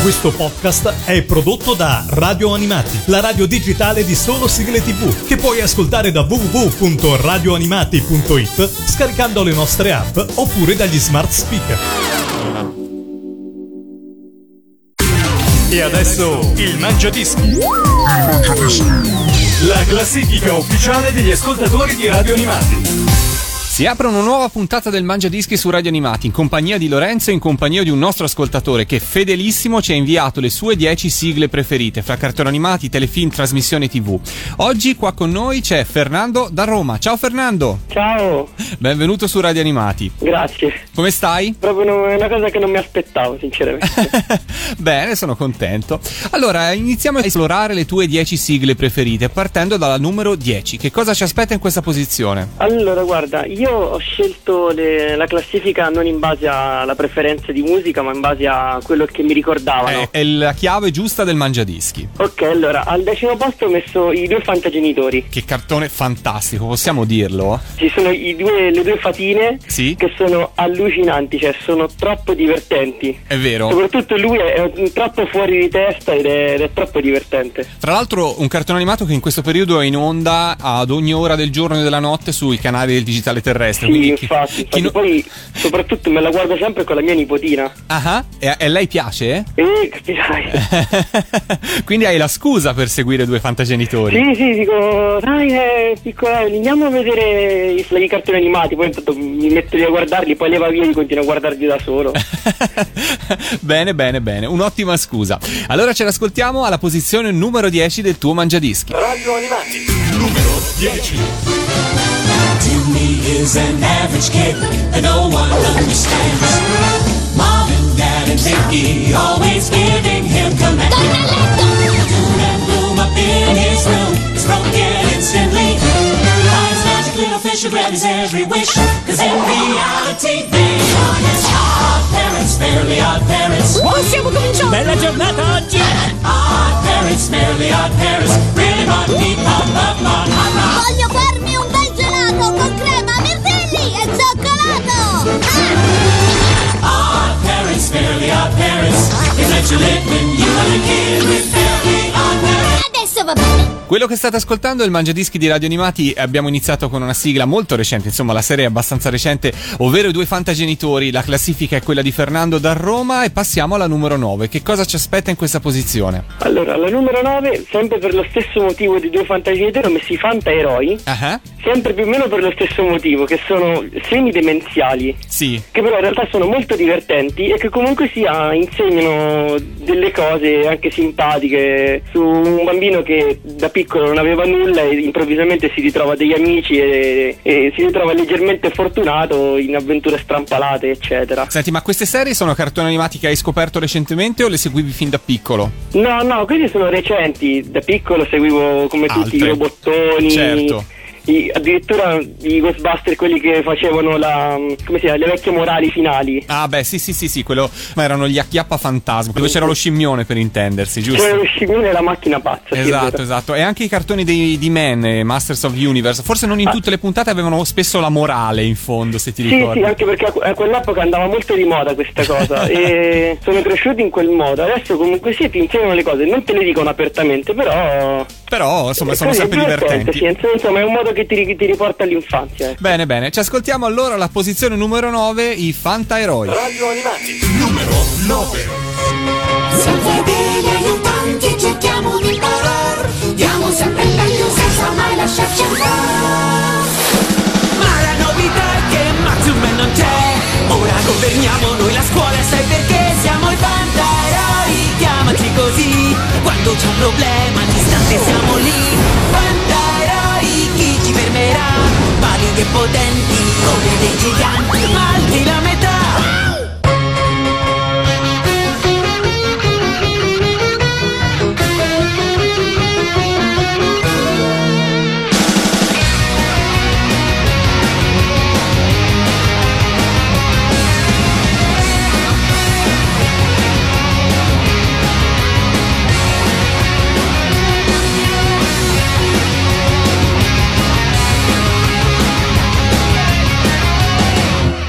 Questo podcast è prodotto da Radio Animati, la radio digitale di solo sigle TV, che puoi ascoltare da www.radioanimati.it scaricando le nostre app oppure dagli smart speaker. E adesso il Mangiadischi. La classifica ufficiale degli ascoltatori di Radio Animati. Si apre una nuova puntata del Mangiadischi su Radio Animati in compagnia di Lorenzo e in compagnia di un nostro ascoltatore che fedelissimo ci ha inviato le sue 10 sigle preferite fra cartoni animati, telefilm, trasmissioni TV. Oggi qua con noi c'è Fernando da Roma. Ciao Fernando! Ciao! Benvenuto su Radio Animati. Grazie. Come stai? Proprio una cosa che non mi aspettavo, sinceramente. Bene, sono contento. Allora, iniziamo a esplorare le tue 10 sigle preferite partendo dalla numero 10. Che cosa ci aspetta in questa posizione? Allora, guarda, io ho scelto la classifica non in base alla preferenza di musica, ma in base a quello che mi ricordavano. È la chiave giusta del Mangiadischi. Ok, allora, al 10° posto ho messo I due Fantagenitori. Che cartone fantastico, possiamo dirlo? Ci sono le due fatine, sì, che sono allucinanti, cioè sono troppo divertenti. È vero. Soprattutto lui è troppo fuori di testa ed è troppo divertente. Tra l'altro un cartone animato che in questo periodo è in onda ad ogni ora del giorno e della notte sui canali del digitale terrestre. Sì, quindi infatti poi soprattutto me la guardo sempre con la mia nipotina. Ah, e a lei piace? Capirai. Quindi hai la scusa per seguire Due Fantagenitori. Sì, dico, dai, piccola, andiamo a vedere i cartoni animati, poi intanto mi metto lì a guardarli, poi leva via e continuo a guardarli da solo. Bene, un'ottima scusa. Allora ce l'ascoltiamo alla posizione numero 10 del tuo Mangiadischi. Radio Animati, numero 10. Timmy is an average kid that no one understands. Mom and Dad and Mickey always giving him commands. Doom and gloom up in his room is broken instantly. Eyes magic little fish who grant his every wish, cause in reality they are his odd parents, fairly odd parents. Stiamo cominciando! Bella giornata oggi! Odd parents, fairly odd parents. Really mod, deep, mod, Voglio farmi un bel gelato con crema, mirtilli e cioccolato! Odd parents, fairly odd parents. Is that you live when you were a kid with fairly odd parents? Adesso va bene! Quello che state ascoltando è il Mangiadischi di Radio Animati. Abbiamo iniziato con una sigla molto recente, insomma la serie è abbastanza recente, ovvero I due Fantagenitori. La classifica è quella di Fernando da Roma e passiamo alla numero 9. Che cosa ci aspetta in questa posizione? Allora, alla numero 9, sempre per lo stesso motivo di Due Fantagenitori, ho messo i Fantaeroi. Sempre più o meno per lo stesso motivo, che sono semidemenziali. Sì. Che però in realtà sono molto divertenti e che comunque sia insegnano delle cose anche simpatiche su un bambino che da piccolo non aveva nulla e improvvisamente si ritrova degli amici e si ritrova leggermente fortunato in avventure strampalate, eccetera. Senti, ma queste serie sono cartoni animati che hai scoperto recentemente o le seguivi fin da piccolo? No, questi sono recenti. Da piccolo seguivo come tutti i robottoni. Certo. Addirittura i Ghostbuster, quelli che facevano le vecchie morali finali. Ah beh, sì, quello, ma erano gli Acchiappa Fantasma, dove c'era lo scimmione, per intendersi, giusto? C'era lo scimmione e la macchina pazza. Esatto. E anche i cartoni di Man, Masters of Universe, forse non in tutte le puntate avevano spesso la morale in fondo, se ti ricordi. Sì, anche perché a quell'epoca andava molto di moda questa cosa e sono cresciuti in quel modo. Adesso comunque sì, ti insegnano le cose, non te le dicono apertamente, però insomma sono sempre divertenti. Sì, insomma è un modo che ti riporta all'infanzia. Bene, ci ascoltiamo allora la posizione numero 9, i Fantaeroi. Radio Animati, numero 9. Sempre degli aiutanti cerchiamo di imparare, diamo sempre il meglio senza mai lasciarci andare. Ma la novità è che Matsuman non c'è, ora governiamo noi la scuola, sai perché siamo i Fantaeroi, chiamaci così, quando c'è un problema all'istante siamo lì. Fantaeroi, chi ci fermerà? Validi e potenti come dei giganti, ma alti la metà.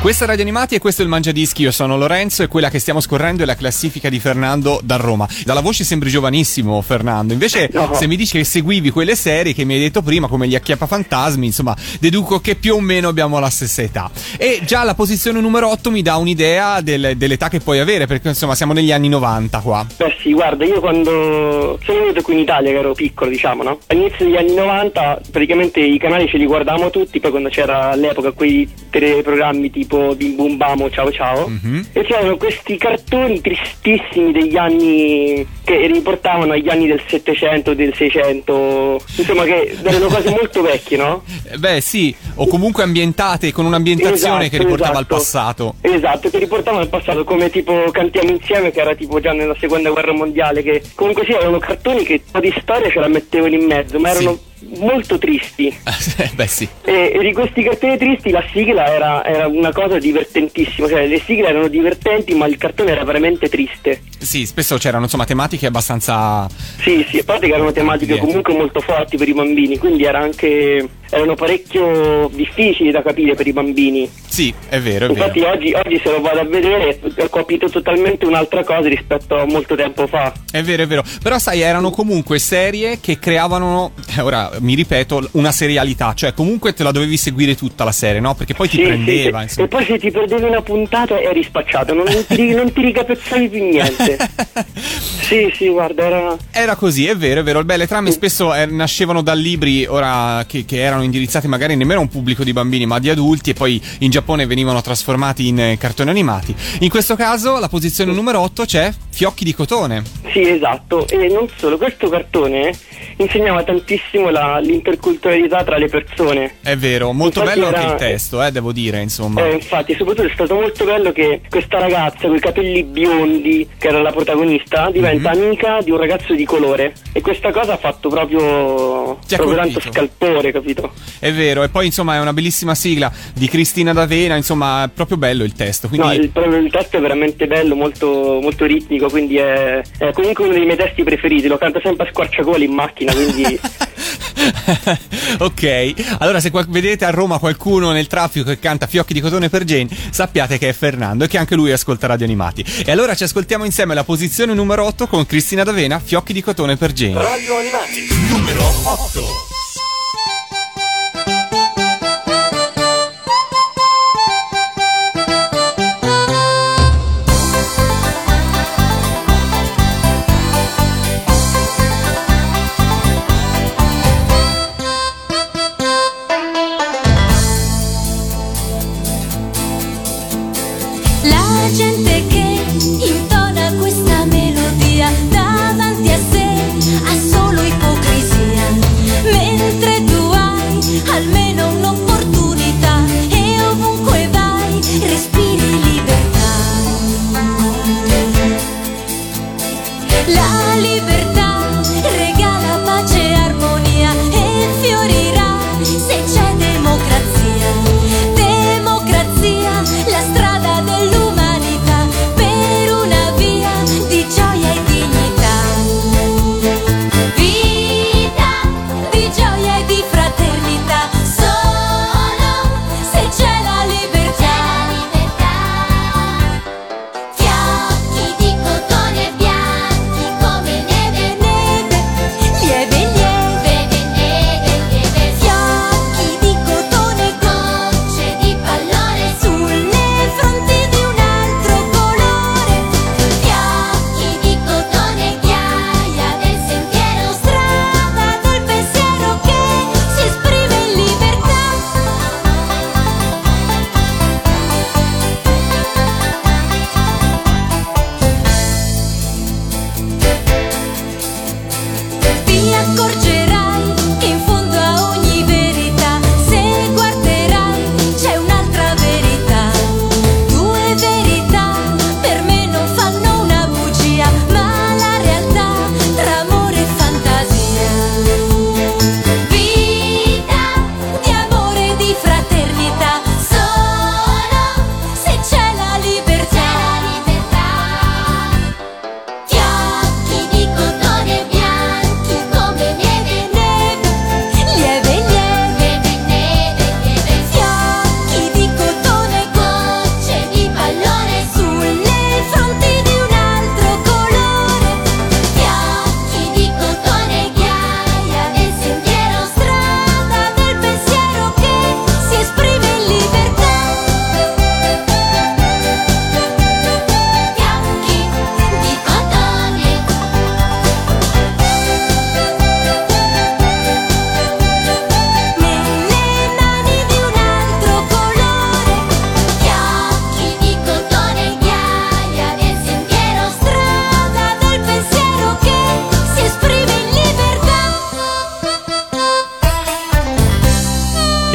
Questa è Radio Animati e questo è il Mangiadischi. Io sono Lorenzo e quella che stiamo scorrendo è la classifica di Fernando da Roma. Dalla voce sembri giovanissimo, Fernando, invece No. Se mi dici che seguivi quelle serie che mi hai detto prima, come gli Acchiappafantasmi, insomma deduco che più o meno abbiamo la stessa età. E già la posizione numero 8 mi dà un'idea dell'età che puoi avere, perché insomma siamo negli anni 90 qua. Beh sì, guarda, io quando sono venuto qui in Italia, che ero piccolo, diciamo, no? All'inizio degli anni 90 praticamente i canali ce li guardavamo tutti, poi quando c'era all'epoca quei teleprogrammi tipo Bim Bum Bam Ciao Ciao, e c'erano questi cartoni tristissimi degli anni che riportavano agli anni del 700, del 600, insomma che erano cose molto vecchie, no? Beh sì, o comunque ambientate con un'ambientazione che riportava al passato. Esatto, che riportavano al passato, come tipo Cantiamo Insieme, che era tipo già nella seconda guerra mondiale, che comunque sì, erano cartoni che un po' di storia ce la mettevano in mezzo, ma erano molto tristi. Beh sì. E di questi cartoni tristi la sigla era una cosa divertentissima, cioè le sigle erano divertenti ma il cartone era veramente triste. Sì, spesso c'erano insomma tematiche abbastanza... Sì, a parte che erano tematiche comunque molto forti per i bambini, quindi erano parecchio difficili da capire per i bambini. Sì, è vero, è Infatti vero. oggi se lo vado a vedere ho capito totalmente un'altra cosa rispetto a molto tempo fa. È vero, è vero. Però sai, erano comunque serie che creavano, ora mi ripeto, una serialità. Cioè comunque te la dovevi seguire tutta la serie, no? Perché poi ti prendeva, sì. insomma. E poi se ti perdevi una puntata eri spacciato, non ti ricapezzavi più niente. Sì, guarda, Era così, è vero, è vero. Beh, le trame spesso nascevano da libri ora che erano indirizzati magari nemmeno a un pubblico di bambini ma di adulti, e poi in Giappone venivano trasformati in cartoni animati. In questo caso la posizione numero 8 c'è Fiocchi di cotone. Sì, esatto. E non solo, questo cartone insegnava tantissimo l'interculturalità tra le persone. È vero, molto Infatti bello anche il testo, devo dire, insomma. Infatti, soprattutto è stato molto bello che questa ragazza con i capelli biondi, che era la protagonista, diventa amica di un ragazzo di colore. E questa cosa ha fatto proprio tanto scalpore, capito? È vero, e poi insomma è una bellissima sigla di Cristina D'Avena, insomma è proprio bello il testo. Quindi... No, il testo è veramente bello, molto, molto ritmico, quindi è comunque uno dei miei testi preferiti. Lo canto sempre a squarciagola in macchina, quindi... Ok, allora se vedete a Roma qualcuno nel traffico che canta Fiocchi di cotone per Jane, sappiate che è Fernando e che anche lui ascolta Radio Animati. E allora ci ascoltiamo insieme la posizione numero 8 con Cristina D'Avena, Fiocchi di cotone per Jane. Radio Animati, numero 8. La gente che intona questa melodia davanti a sé ha solo ipocrisia, mentre tu hai almeno un'opportunità e ovunque vai respiri libertà. La libertà regala pace e armonia e fiorirà se c'è democrazia. Democrazia, la strada dell'umanità per una via di gioia e dignità. Vita di gioia e di fraternità solo se c'è la libertà. Fiocchi di cotone bianchi come neve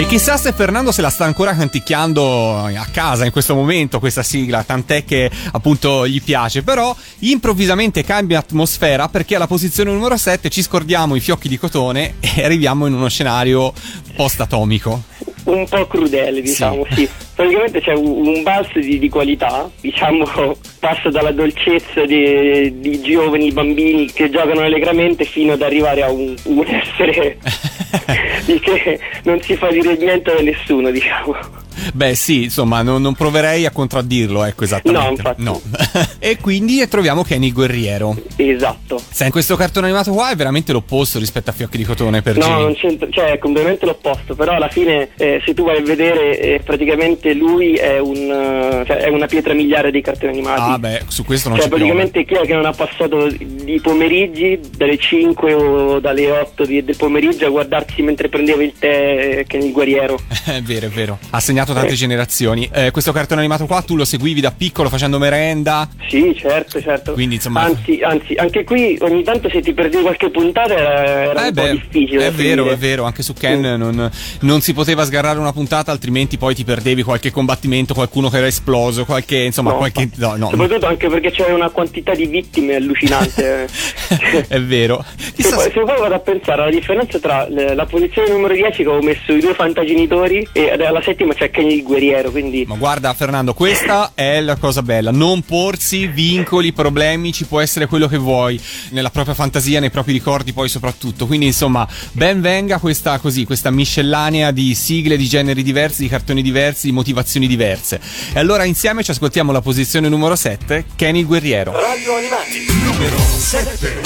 E chissà se Fernando se la sta ancora canticchiando a casa in questo momento questa sigla, tant'è che appunto gli piace. Però improvvisamente cambia atmosfera, perché alla posizione numero 7 ci scordiamo i fiocchi di cotone e arriviamo in uno scenario post-atomico. Un po' crudele, diciamo, sì. Praticamente c'è un balzo di qualità, diciamo, passa dalla dolcezza di giovani bambini che giocano allegramente fino ad arrivare a un essere che non si fa dire niente da nessuno, diciamo. Beh sì, insomma, non proverei a contraddirlo, ecco, esattamente. No, infatti. No. E quindi troviamo Kenny Guerriero. Esatto. Sai, in questo cartone animato qua è veramente l'opposto rispetto a Fiocchi di Cotone per No, Ginny. non c'entra, cioè è completamente l'opposto, però alla fine se tu vai a vedere praticamente lui è è una pietra miliare dei cartoni animati. Ah beh, su questo non cioè, ci piove. praticamente chi è che non ha passato i pomeriggi dalle 5 o dalle 8 del pomeriggio a guardarsi mentre prendeva il tè Kenny Guerriero. È vero. Ha segnato tante generazioni. Questo cartone animato qua tu lo seguivi da piccolo facendo merenda? Sì, certo. Quindi insomma. Anzi, anche qui ogni tanto se ti perdevi qualche puntata era un po' difficile. È vero, anche su Ken non si poteva sgarrare una puntata, altrimenti poi ti perdevi qualche combattimento, qualcuno che era esploso, soprattutto anche perché c'è una quantità di vittime allucinante. È vero. Se poi vado a pensare alla differenza tra la posizione numero 10 che avevo messo i due fantagenitori e alla settima c'è Kenny il Guerriero, quindi... Ma guarda Fernando, questa è la cosa bella, non porsi vincoli, problemi, ci può essere quello che vuoi nella propria fantasia, nei propri ricordi poi soprattutto, quindi insomma ben venga questa miscellanea di sigle, di generi diversi, di cartoni diversi, di motivazioni diverse. E allora insieme ci ascoltiamo la posizione numero 7, Kenny il Guerriero. Radio Animati numero 7.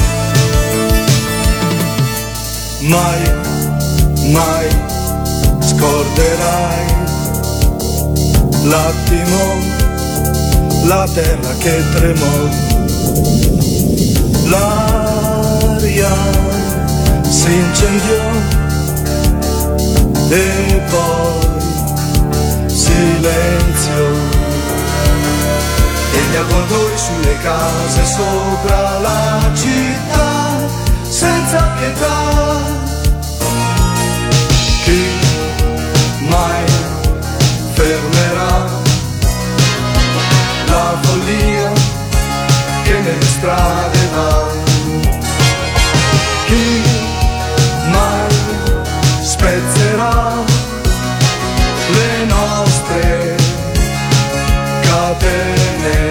Mai scorderai l'attimo, la terra che tremò, l'aria si incendiò e poi silenzio e gli avvoltoi sulle case sopra la città senza pietà. Chi mai fermerà la follia che nelle strade va? Chi mai spezzerà le nostre catene?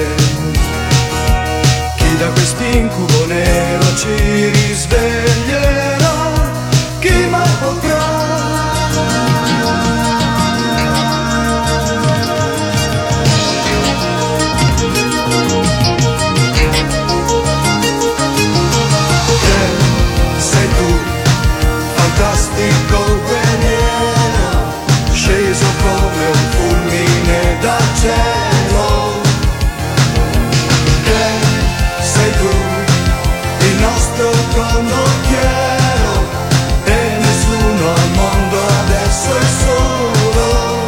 Chi da quest'incubo nero ci risveglierà? Chi mai potrà? Fantastico guerriero, sceso come un fulmine dal cielo. Che sei tu, il nostro condottiero, e nessuno al mondo adesso è solo.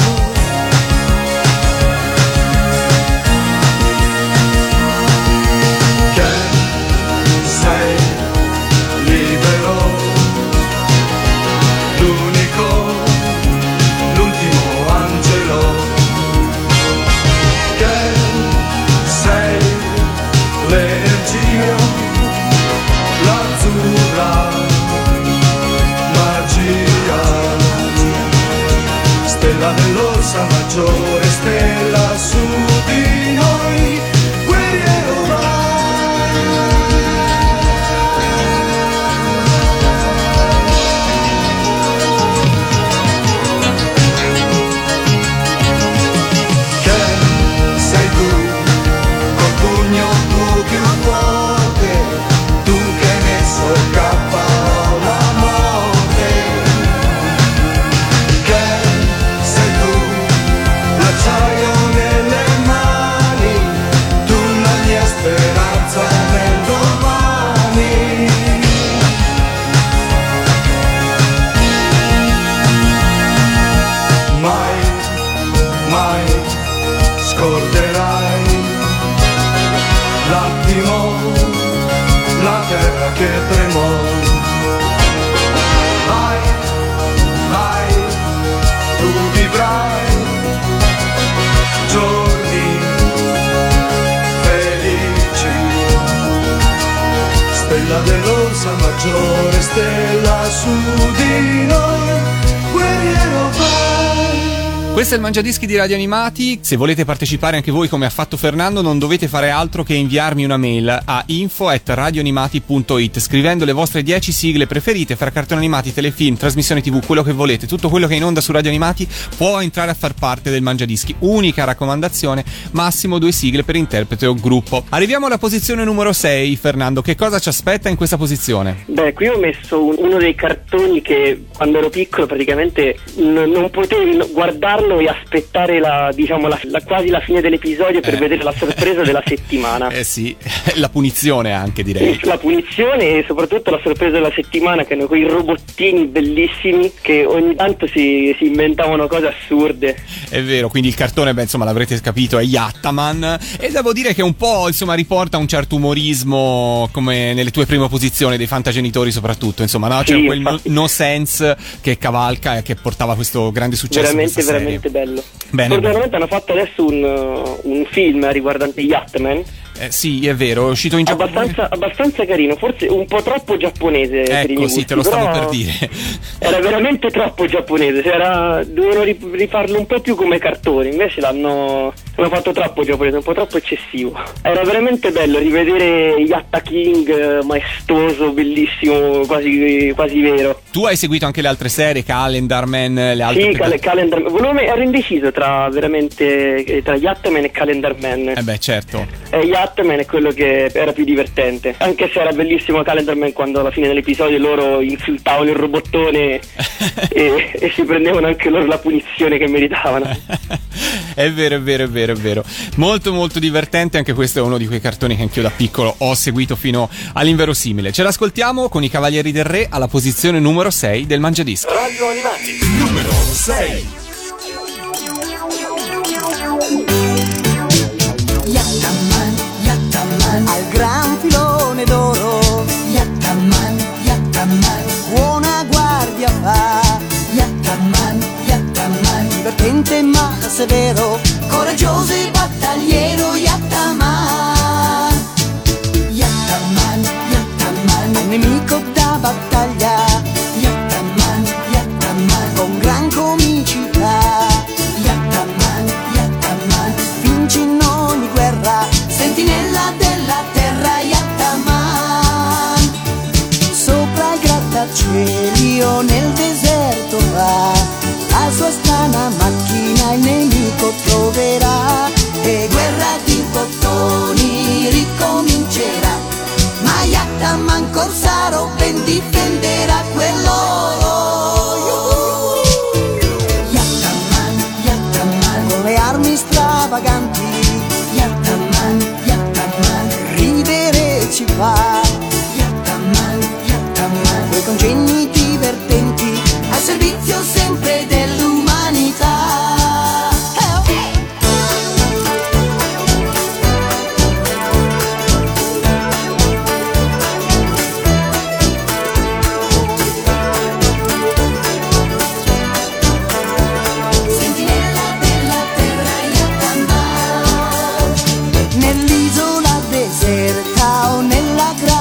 Che sei libero, l'ultimo angelo, che sei l'energia, l'azzurra magia, stella dell'Orsa Maggiore, stella su di noi, guerriero vai. Più forte, tu che hai messo il capo la morte. Che sei tu, l'acciaio nelle mani, tu la mia speranza nel domani. Mai scorderai l'attimo, la terra che tremò, l'ossa maggiore, stella su di noi, guerriero vai. Questo è il Mangiadischi di Radio Animati. Se volete partecipare anche voi come ha fatto Fernando, non dovete fare altro che inviarmi una mail a info@radioanimati.it scrivendo le vostre 10 sigle preferite fra cartoni animati, telefilm, trasmissioni TV, quello che volete. Tutto quello che è in onda su Radio Animati può entrare a far parte del Mangiadischi. Unica raccomandazione, massimo 2 sigle per interprete o gruppo. Arriviamo alla posizione numero 6, Fernando. Che cosa ci aspetta in questa posizione? Beh, qui ho messo uno dei cartoni che quando ero piccolo praticamente non potevi guardarlo e aspettare quasi la fine dell'episodio per vedere la sorpresa della settimana. Sì, la punizione anche, direi. La punizione e soprattutto la sorpresa della settimana, che erano quei robottini bellissimi che ogni tanto si inventavano cose assurde. È vero, quindi il cartone, l'avrete capito, è Yattaman, e devo dire che un po', riporta un certo umorismo come nelle tue prime posizioni dei Fantagenitori soprattutto, no? C'è quel no sense che cavalca e che portava questo grande successo. Veramente bello. Bene. Fortunatamente hanno fatto adesso un film riguardante Yachtman. Sì, è vero, è uscito in Giappone. Abbastanza carino, forse un po' troppo giapponese per i miei gusti, te lo stavo per dire. Era veramente troppo giapponese, dovevano rifarlo un po' più come cartone, invece l'hanno fatto troppo giapponese, un po' troppo eccessivo. Era veramente bello rivedere Yatta King, maestoso, bellissimo, quasi vero. Tu hai seguito anche le altre serie, Calendar Man, le altre? Sì, Calendar Man. Ero indeciso tra Yachtman e Calendar Man. Certo. Yachtman è quello che era più divertente, anche se era bellissimo Calendar Man quando alla fine dell'episodio loro insultavano il robottone e si prendevano anche loro la punizione che meritavano. È vero. Molto molto divertente, anche questo è uno di quei cartoni che anch'io da piccolo ho seguito fino all'inverosimile. Ce l'ascoltiamo con i Cavalieri del Re alla posizione numero 6 del Mangiadischi. Radio Animati, numero 6. Yattaman, al gran filone d'oro. Yattaman, buona guardia fa. Yattaman, divertente ma severo, coraggioso e battagliero. Yattaman, al nemico da battaglia. Yattaman, con gran comicità. Yattaman, vince in ogni guerra, sentinella della terra. Yattaman, sopra i grattacieli o nel deserto va, la sua strana macchina il nemico troverà, e guerra di bottoni ricomincerà, ma Yattaman corsaro ben difenderà quell'oro. Yattaman, con le armi stravaganti. Yattaman, ridere ci fa. Yattaman, quei congegni divertenti al servizio sempre dell'umanità. Sentinella della terra, Yattaman, nell'isola deserta o nella grande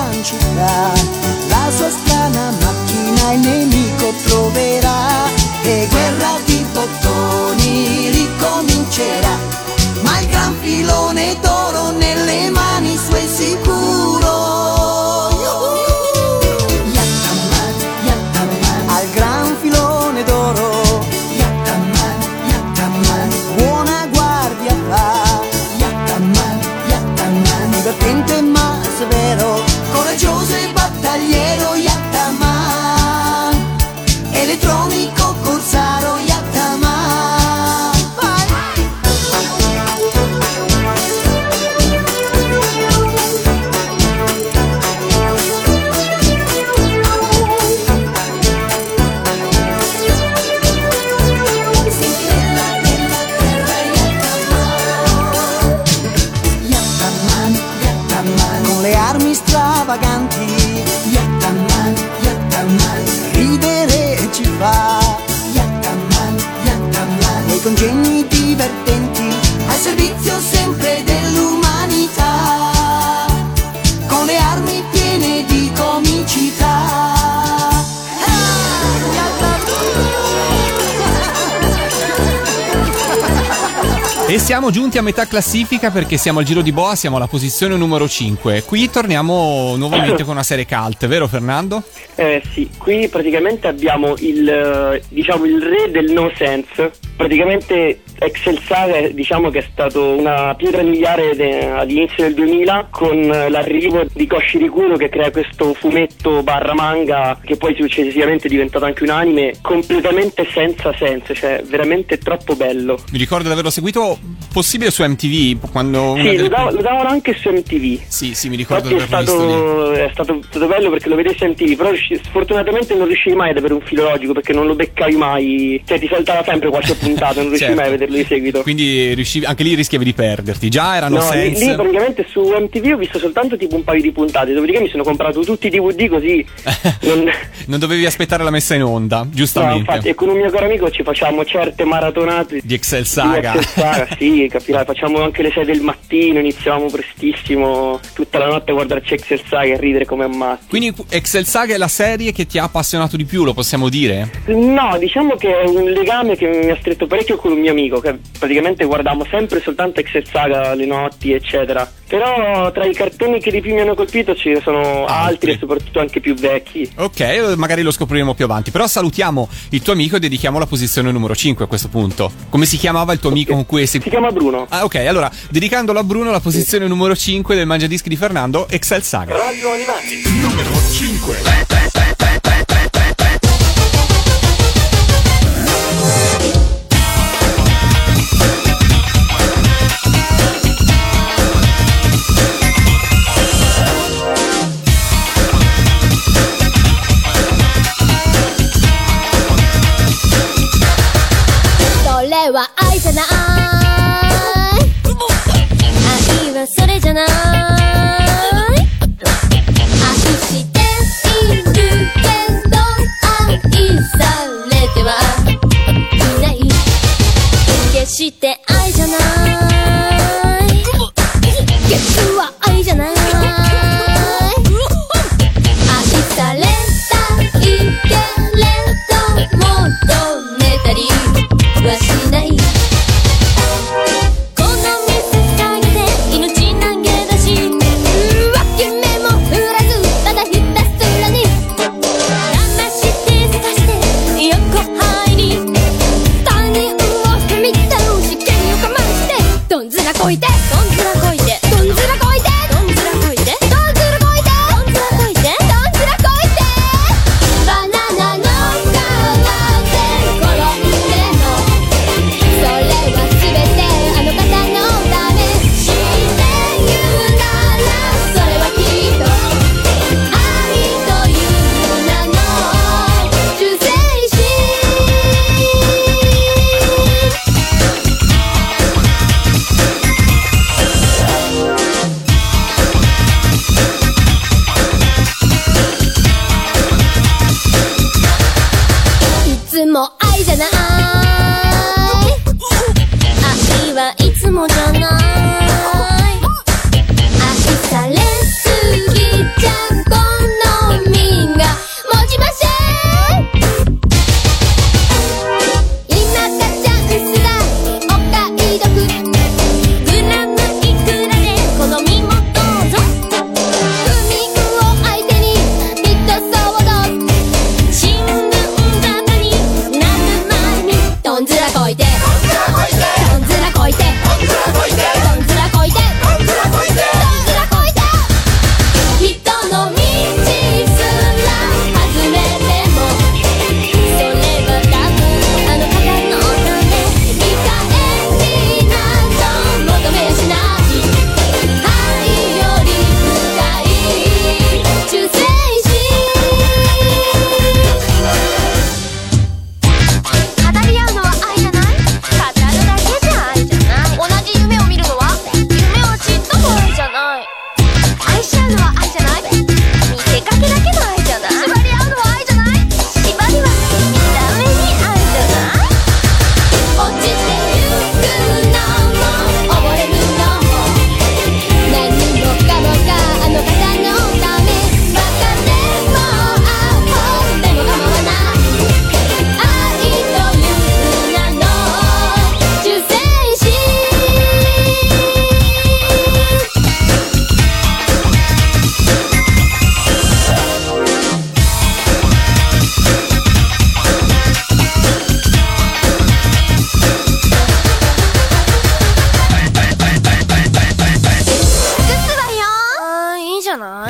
siamo giunti a metà classifica perché siamo al giro di boa, siamo alla posizione numero 5. Qui torniamo nuovamente con una serie cult, vero Fernando? Sì, qui praticamente abbiamo il re del no sense. Praticamente Excel Saga diciamo che è stato una pietra miliare all'inizio del 2000 con l'arrivo di Koshirikuro, che crea questo fumetto barra manga che poi successivamente è diventato anche un anime completamente senza senso, cioè veramente troppo bello. Mi ricordo di averlo seguito possibile su MTV quando lo davano anche su MTV. Sì, mi ricordo di averlo visto lì. È stato bello perché lo vedevi su MTV, però sfortunatamente non riuscivi mai ad avere un filo logico perché non lo beccavi mai, cioè ti saltava sempre qualche puntata, non riuscivi mai a vederlo di seguito. Quindi anche lì rischiavi di perderti. Già erano sense. Lì praticamente su MTV ho visto soltanto tipo un paio di puntate, dopodiché mi sono comprato tutti i DVD così non dovevi aspettare la messa in onda, giustamente. No, infatti, e con un mio caro amico ci facciamo certe maratonate di Excel Saga. Sì, capirai, facciamo anche le 6 del mattino, iniziamo prestissimo tutta la notte a guardarci Excel Saga e ridere come ammazzi. Quindi Excel Saga è la serie che ti ha appassionato di più, lo possiamo dire? No, diciamo che è un legame che mi ha stretto parecchio con un mio amico, che praticamente guardavamo sempre soltanto Excel Saga alle notti eccetera. Però tra i cartoni che di più mi hanno colpito ci sono altri e soprattutto anche più vecchi. Ok, magari lo scopriremo più avanti. Però salutiamo il tuo amico e dedichiamo la posizione numero 5 a questo punto. Come si chiamava il tuo amico con cui si chiama Bruno. Ah, ok, allora dedicandolo a Bruno la posizione numero 5 del Mangiadischi di Fernando, Excel Saga. Radio Animati numero 5.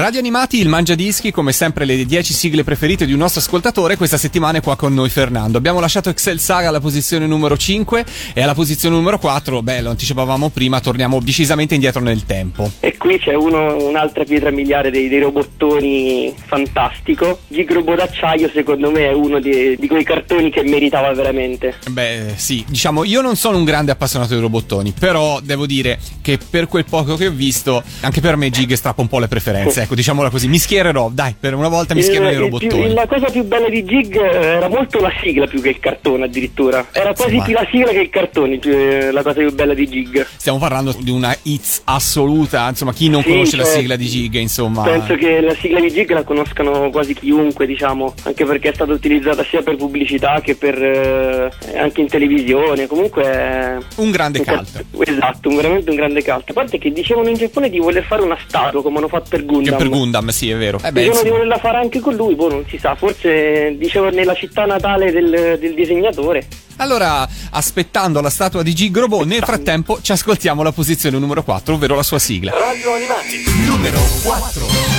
Radio Animati, il Mangiadischi, come sempre le 10 sigle preferite di un nostro ascoltatore. Questa settimana è qua con noi Fernando. Abbiamo lasciato Excel Saga alla posizione numero 5 e alla posizione numero 4, lo anticipavamo prima, torniamo decisamente indietro nel tempo. E qui c'è un'altra pietra miliare dei robottoni fantastico. Gig Robot d'acciaio secondo me è uno di quei cartoni che meritava veramente. Sì, diciamo, io non sono un grande appassionato di robottoni, però devo dire che per quel poco che ho visto, anche per me Gig strappa un po' le preferenze, ecco, diciamola così, mi schiererò, dai, per una volta mi schiererò nei robottoni. La cosa più bella di Gig era molto la sigla più che il cartone, addirittura. Era quasi più la sigla che il cartone, la cosa più bella di Gig. Stiamo parlando di una hits assoluta, insomma, chi non conosce la sigla di Gig, insomma. Penso che la sigla di Gig la conoscano quasi chiunque, diciamo, anche perché è stata utilizzata sia per pubblicità che per anche in televisione, comunque un grande cult. Esatto, veramente un grande cult. A parte che dicevano in Giappone di voler fare una statua come hanno fatto per Gundam. Per Gundam, sì, è vero. Dicevano di volerla fare anche con lui, non si sa, forse dicevano nella città natale del disegnatore. Allora, aspettando la statua di Gig Robot, nel frattempo ci ascoltiamo la posizione numero 4, ovvero la sua sigla. Radio Animati, numero 4.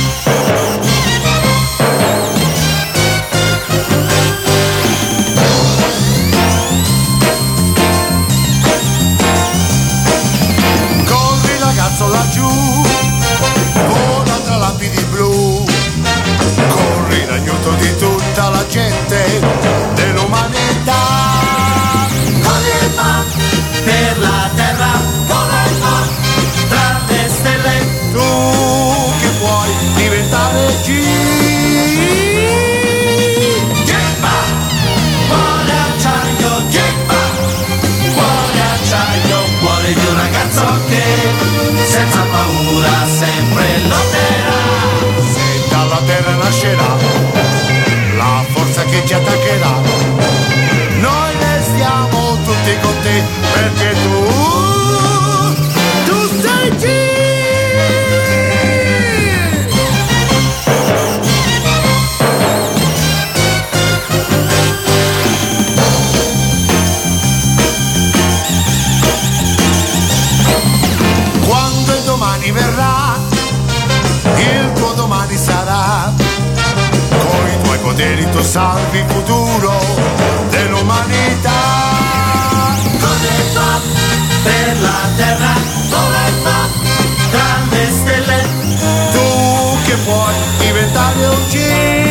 Laggiù, vola tra lapidi blu, corri l'aiuto di tutta la gente dell'umanità. Vola per la terra, vola tra le stelle. Tu che puoi diventare Gemma, cuore acciaio, Gemma, cuore acciaio, cuore di un ragazzo che senza paura sempre lotterà. Se dalla terra nascerà la forza che ci attaccherà, noi restiamo tutti con te perché tu sei G. Quando il domani verrà, il tuo domani sarà, con i tuoi poteri tu salvi il futuro dell'umanità. Come fa per la terra, come fa tra le stelle. Tu che puoi diventare un G.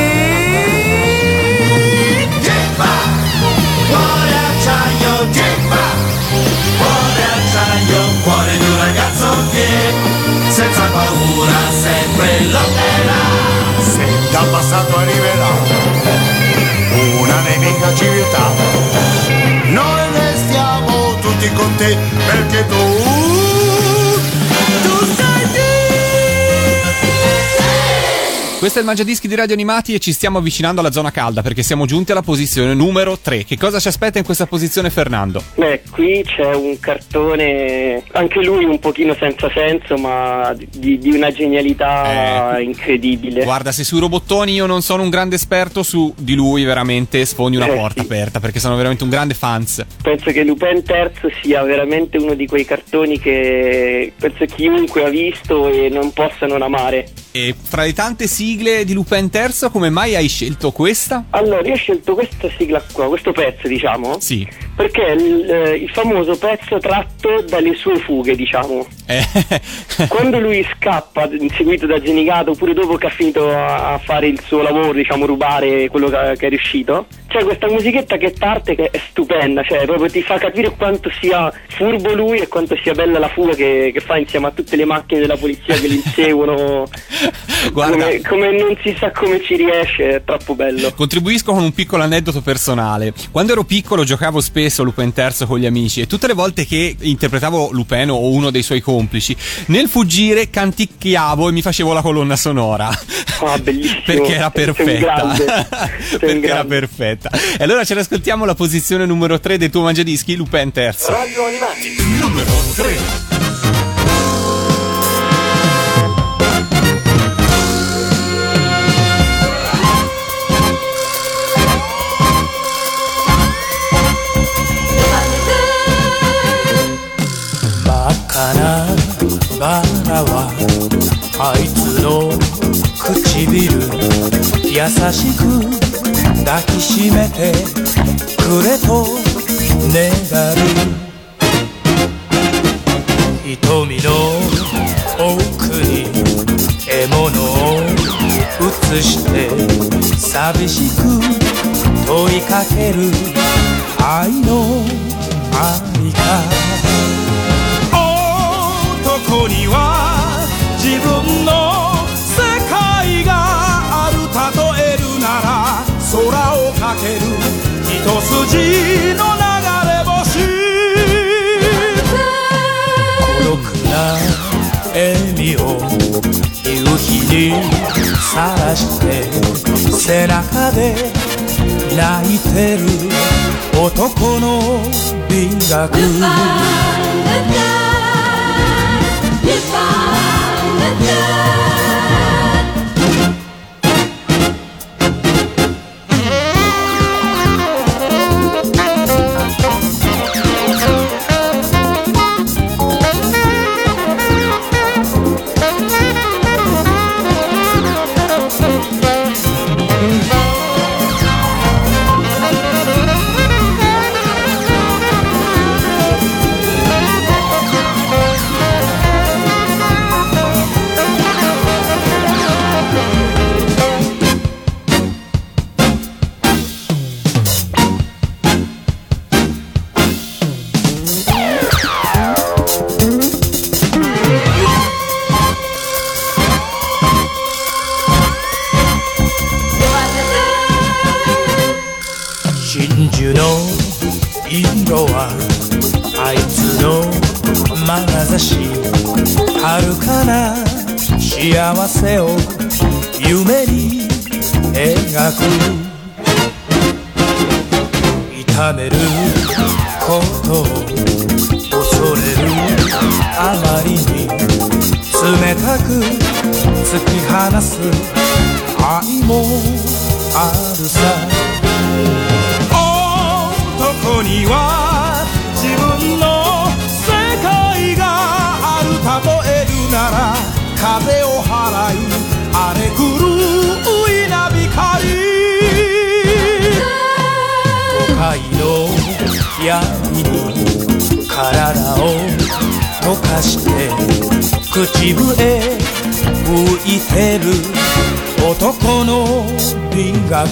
Gemma, cuore acciaio, Gemma, cuore acciaio, cuore di un ragazzo che senza paura sempre lotterà. Se dal passato arriverà una nemica civiltà, noi restiamo tutti con te perché tu sei G. Questo è il Mangiadischi di Radio Animati e ci stiamo avvicinando alla zona calda perché siamo giunti alla posizione numero 3. Che cosa ci aspetta in questa posizione, Fernando? Qui c'è un cartone, anche lui un pochino senza senso, ma di una genialità incredibile. Guarda, se sui robottoni io non sono un grande esperto, su di lui veramente sfondi una porta aperta, perché sono veramente un grande fans. Penso che Lupin III sia veramente uno di quei cartoni che penso chiunque ha visto e non possa non amare. E fra le tante sigle di Lupin III, come mai hai scelto questa? Allora, io ho scelto questa sigla qua, questo pezzo, diciamo. Sì. Perché è il famoso pezzo tratto dalle sue fughe, diciamo. Quando lui scappa, inseguito da Genigato, oppure dopo che ha finito a fare il suo lavoro, diciamo, rubare quello che è riuscito, c'è questa musichetta che parte che è stupenda, cioè proprio ti fa capire quanto sia furbo lui e quanto sia bella la fuga che fa insieme a tutte le macchine della polizia che li inseguono. Guarda, come non si sa come ci riesce, è troppo bello. Contribuisco con un piccolo aneddoto personale. Quando ero piccolo giocavo spesso Lupin III con gli amici e tutte le volte che interpretavo Lupin o uno dei suoi complici, nel fuggire canticchiavo e mi facevo la colonna sonora. Ah, bellissimo. Perché era perfetta. Perché era perfetta. E allora ce l'ascoltiamo la posizione numero 3 del tuo Mangiadischi, Lupin III. Radio Animati, numero 3. バカなバラはあいつの優しく抱きしめてくれと願う瞳の奥に獲物を映して寂しく問いかける愛の愛か男には自分の世界がある例えるなら空をかける一筋の流れ星孤独な笑みを夕日にさらして背中で泣いてる男の美学幸せを夢に描く痛めることを恐れるあまりに冷たく突き放す愛もあるさ男には自分の世界がある例えるなら風を払い荒れ狂う稲光都会の闇に体を溶かして口笛吹いてる男の美学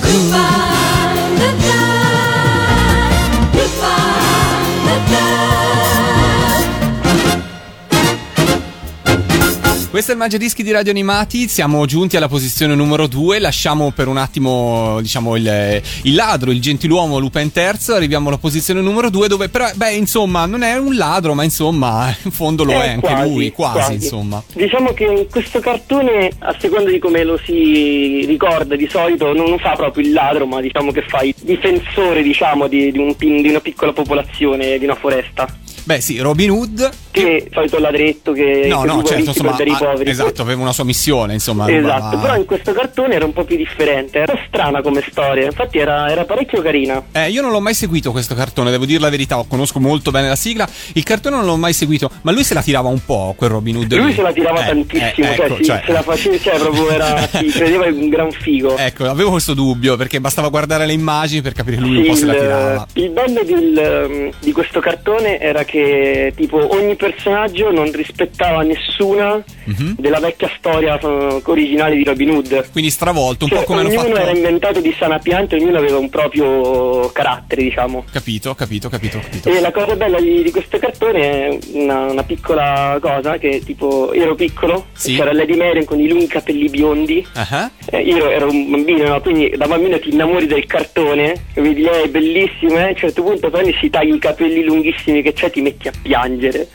Questo è il Mangiadischi di Radio Animati, siamo giunti alla posizione numero 2, lasciamo per un attimo diciamo il ladro, il gentiluomo Lupin III, arriviamo alla posizione numero 2 dove però insomma non è un ladro ma insomma in fondo lo è anche quasi, lui, quasi insomma. Diciamo che in questo cartone a seconda di come lo si ricorda di solito non fa proprio il ladro ma diciamo che fa il difensore diciamo di una piccola popolazione, di una foresta. Beh sì, Robin Hood che il solito ladretto che certo, insomma, per i poveri. Esatto, aveva una sua missione, insomma. Esatto, però in questo cartone era un po' più differente, era strana come storia, infatti era parecchio carina. Io non l'ho mai seguito questo cartone, devo dire la verità, conosco molto bene la sigla, il cartone non l'ho mai seguito, ma lui se la tirava un po', quel Robin Hood. Lui se la tirava tantissimo, se la faceva, proprio si credeva un gran figo. Ecco, avevo questo dubbio, perché bastava guardare le immagini per capire lui un po' se la tirava. Il bello di questo cartone era che tipo ogni personaggio non rispettava nessuna della vecchia storia originale di Robin Hood. Quindi stravolto, un po' come hanno fatto. Ognuno era inventato di sana pianta, ognuno aveva un proprio carattere, diciamo. Capito. E la cosa bella di questo cartone è una piccola cosa che tipo ero piccolo, c'era Lady Marian con i lunghi capelli biondi. Io ero un bambino, no? Quindi da bambino ti innamori del cartone, vedi lei è bellissima, a un certo punto poi si taglia i capelli lunghissimi che c'è, ti metti a piangere.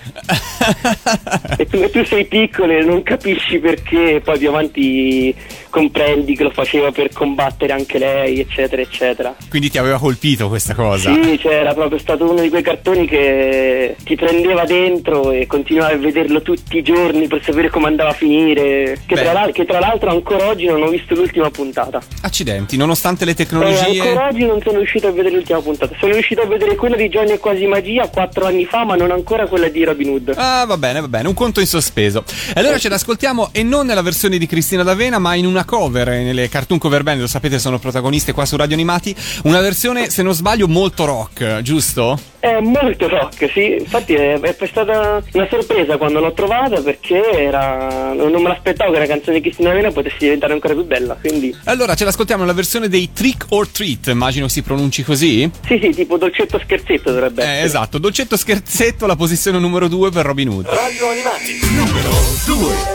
E tu sei piccolo e non capisci perché, poi più avanti comprendi che lo faceva per combattere anche lei, eccetera eccetera. Quindi ti aveva colpito questa cosa? Sì, era proprio stato uno di quei cartoni che ti prendeva dentro e continuavi a vederlo tutti i giorni per sapere come andava a finire, che tra l'altro ancora oggi non ho visto l'ultima puntata. Accidenti, nonostante le tecnologie. Ancora oggi non sono riuscito a vedere l'ultima puntata, sono riuscito a vedere quella di Johnny e Quasi Magia 4 anni fa, ma non ancora quella di Robin Hood. Ah, va bene, un conto in sospeso. E allora ce l'ascoltiamo, e non nella versione di Cristina D'Avena, ma in una cover, nelle Cartoon Cover Band, lo sapete, sono protagoniste qua su Radio Animati, una versione, se non sbaglio, molto rock, giusto? È molto rock, sì, infatti è stata una sorpresa quando l'ho trovata, perché non me l'aspettavo che una canzone di Cristina D'Avena potesse diventare ancora più bella, quindi... Allora ce l'ascoltiamo nella versione dei Trick or Treat, immagino si pronunci così? Sì, tipo dolcetto scherzetto dovrebbe essere. Esatto, dolcetto scherzetto, la posizione numero 2 per Robin Hood. Radio Animati, numero 2.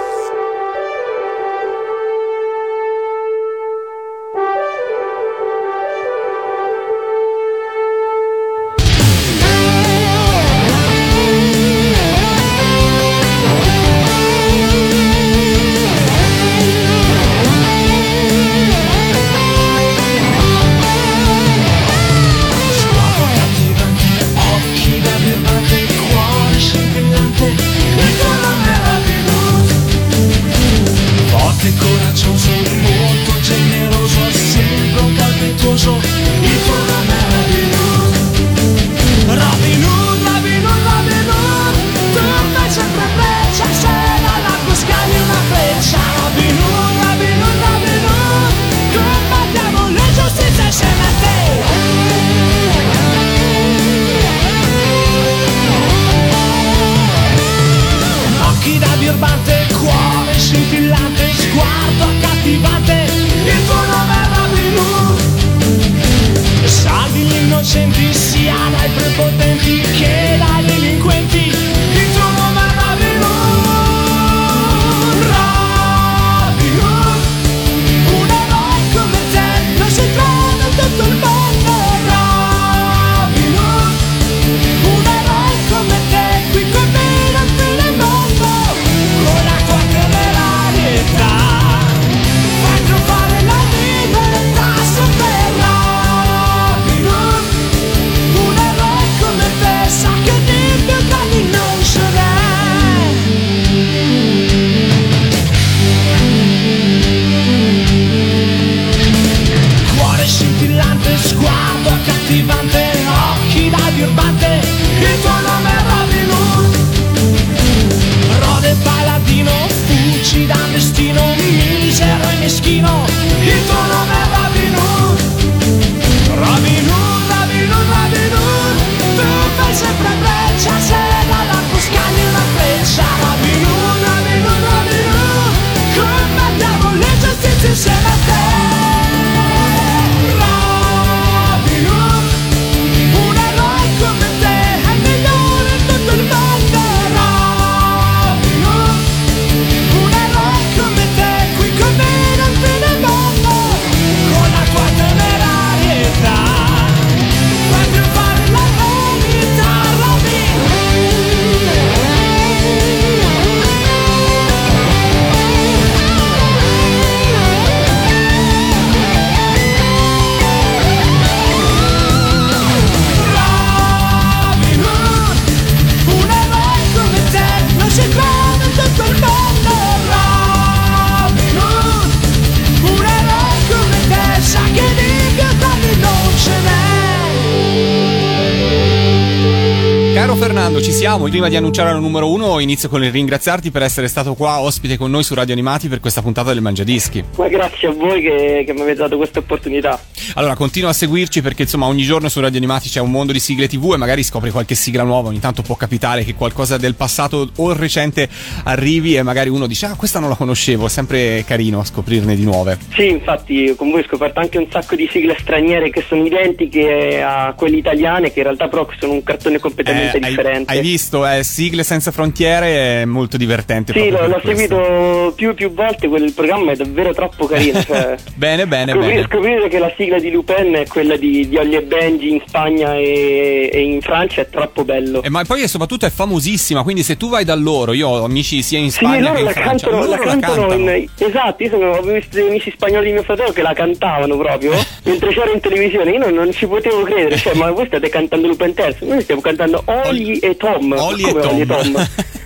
Fernando, ci siamo. Prima di annunciare la numero 1 inizio con il ringraziarti per essere stato qua ospite con noi su Radio Animati per questa puntata del Mangiadischi. Ma grazie a voi che mi avete dato questa opportunità. Allora continua a seguirci, perché insomma ogni giorno su Radio Animati c'è un mondo di sigle TV e magari scopri qualche sigla nuova. Ogni tanto può capitare che qualcosa del passato o recente arrivi e magari uno dice questa non la conoscevo. È sempre carino scoprirne di nuove. Sì, infatti con voi ho scoperto anche un sacco di sigle straniere che sono identiche a quelle italiane, che in realtà però sono un cartone completamente differente. Hai visto, Sigle Senza Frontiere è molto divertente. Sì, l'ho seguito più volte, quel programma è davvero troppo carino. Cioè, bene. Scoprire che la sigla di Lupin è quella di Holly e Benji in Spagna e in Francia è troppo bello. Ma poi soprattutto è famosissima, quindi se tu vai da loro, io ho amici sia in Spagna che in Francia. La cantano. Esatto, io avevo visto dei amici spagnoli di mio fratello che la cantavano proprio mentre c'era in televisione. Io non ci potevo credere, cioè, ma voi state cantando Lupin III, noi stiamo cantando Holly e Tom. Holly e Tom.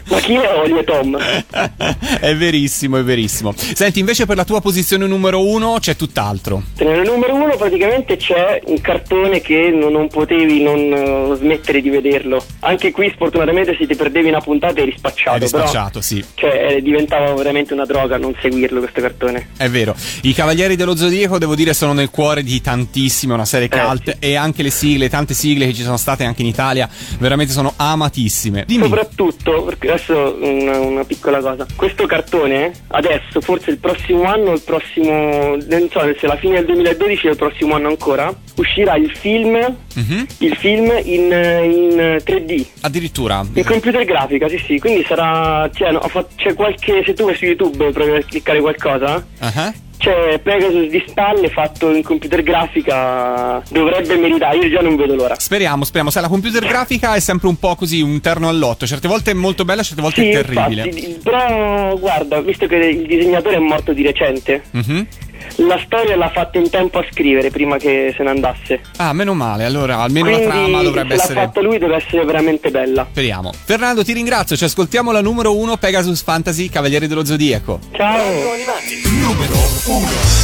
Ma chi è Oli e Tom? È verissimo, è verissimo. Senti, invece per la tua posizione numero 1 c'è tutt'altro. Nel numero 1 praticamente c'è un cartone che non potevi non smettere di vederlo. Anche qui sfortunatamente se ti perdevi una puntata eri spacciato. Eri spacciato, sì. Cioè diventava veramente una droga non seguirlo questo cartone. È vero. I Cavalieri dello Zodiaco, devo dire, sono nel cuore di tantissime, una serie cult, sì. E anche le sigle, tante sigle che ci sono state anche in Italia, veramente sono amatissime. Dimmi. Soprattutto, perché adesso una piccola cosa, questo cartone adesso, forse il prossimo anno, non so se alla fine del 2012 o il prossimo anno ancora, uscirà il film in 3D. Addirittura? In computer grafica, sì, quindi sarà, c'è qualche, se tu vai su YouTube provi a cliccare qualcosa, c'è Pegasus di spalle fatto in computer grafica, dovrebbe meritare, io già non vedo l'ora. Speriamo, sai, la computer grafica è sempre un po' così, un terno all'otto, certe volte è molto bella, certe volte è terribile. Infatti, però guarda, visto che il disegnatore è morto di recente, la storia l'ha fatta in tempo a scrivere prima che se ne andasse. Ah, meno male, allora almeno quindi, la trama dovrebbe essere... se l'ha fatta lui deve essere veramente bella. Speriamo. Fernando, ti ringrazio, ci ascoltiamo la numero 1 Pegasus Fantasy Cavalieri dello Zodiaco. Ciao. Numero 1.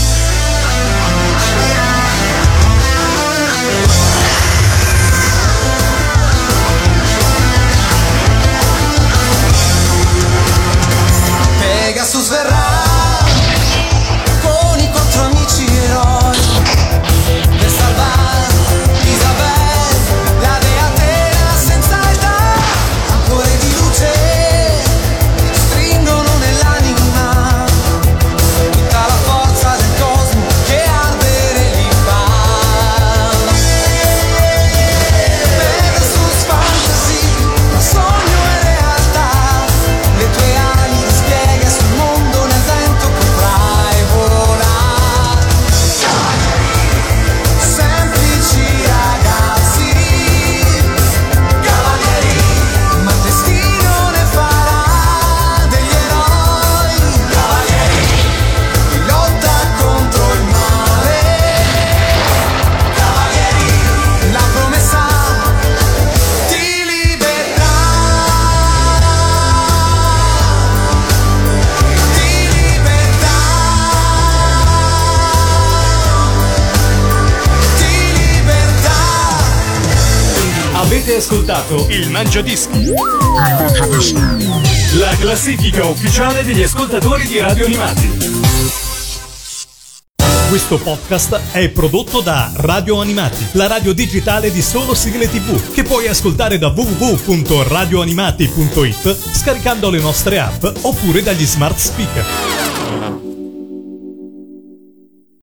Pegasus verrà con i 4 amici eroi per salvare Isabel, la dea Atena senza età. Ancora di luce stringono nell'anima tutta la forza del cosmo che ardere li fa. Pegasus Fantasy, tra sogno e realtà, le tue ali dispiega sul mondo nel vento potrai volare. Semplici ragazzi, cavalieri, ma il destino ne farà degli eroi. Cavalieri, in lotta contro il male. Cavalieri, la promessa di libertà. Avete ascoltato Il Mangiadischi, la classifica ufficiale degli ascoltatori di Radio Animati. Questo podcast è prodotto da Radio Animati, la radio digitale di solo sigle TV, che puoi ascoltare da www.radioanimati.it scaricando le nostre app oppure dagli smart speaker.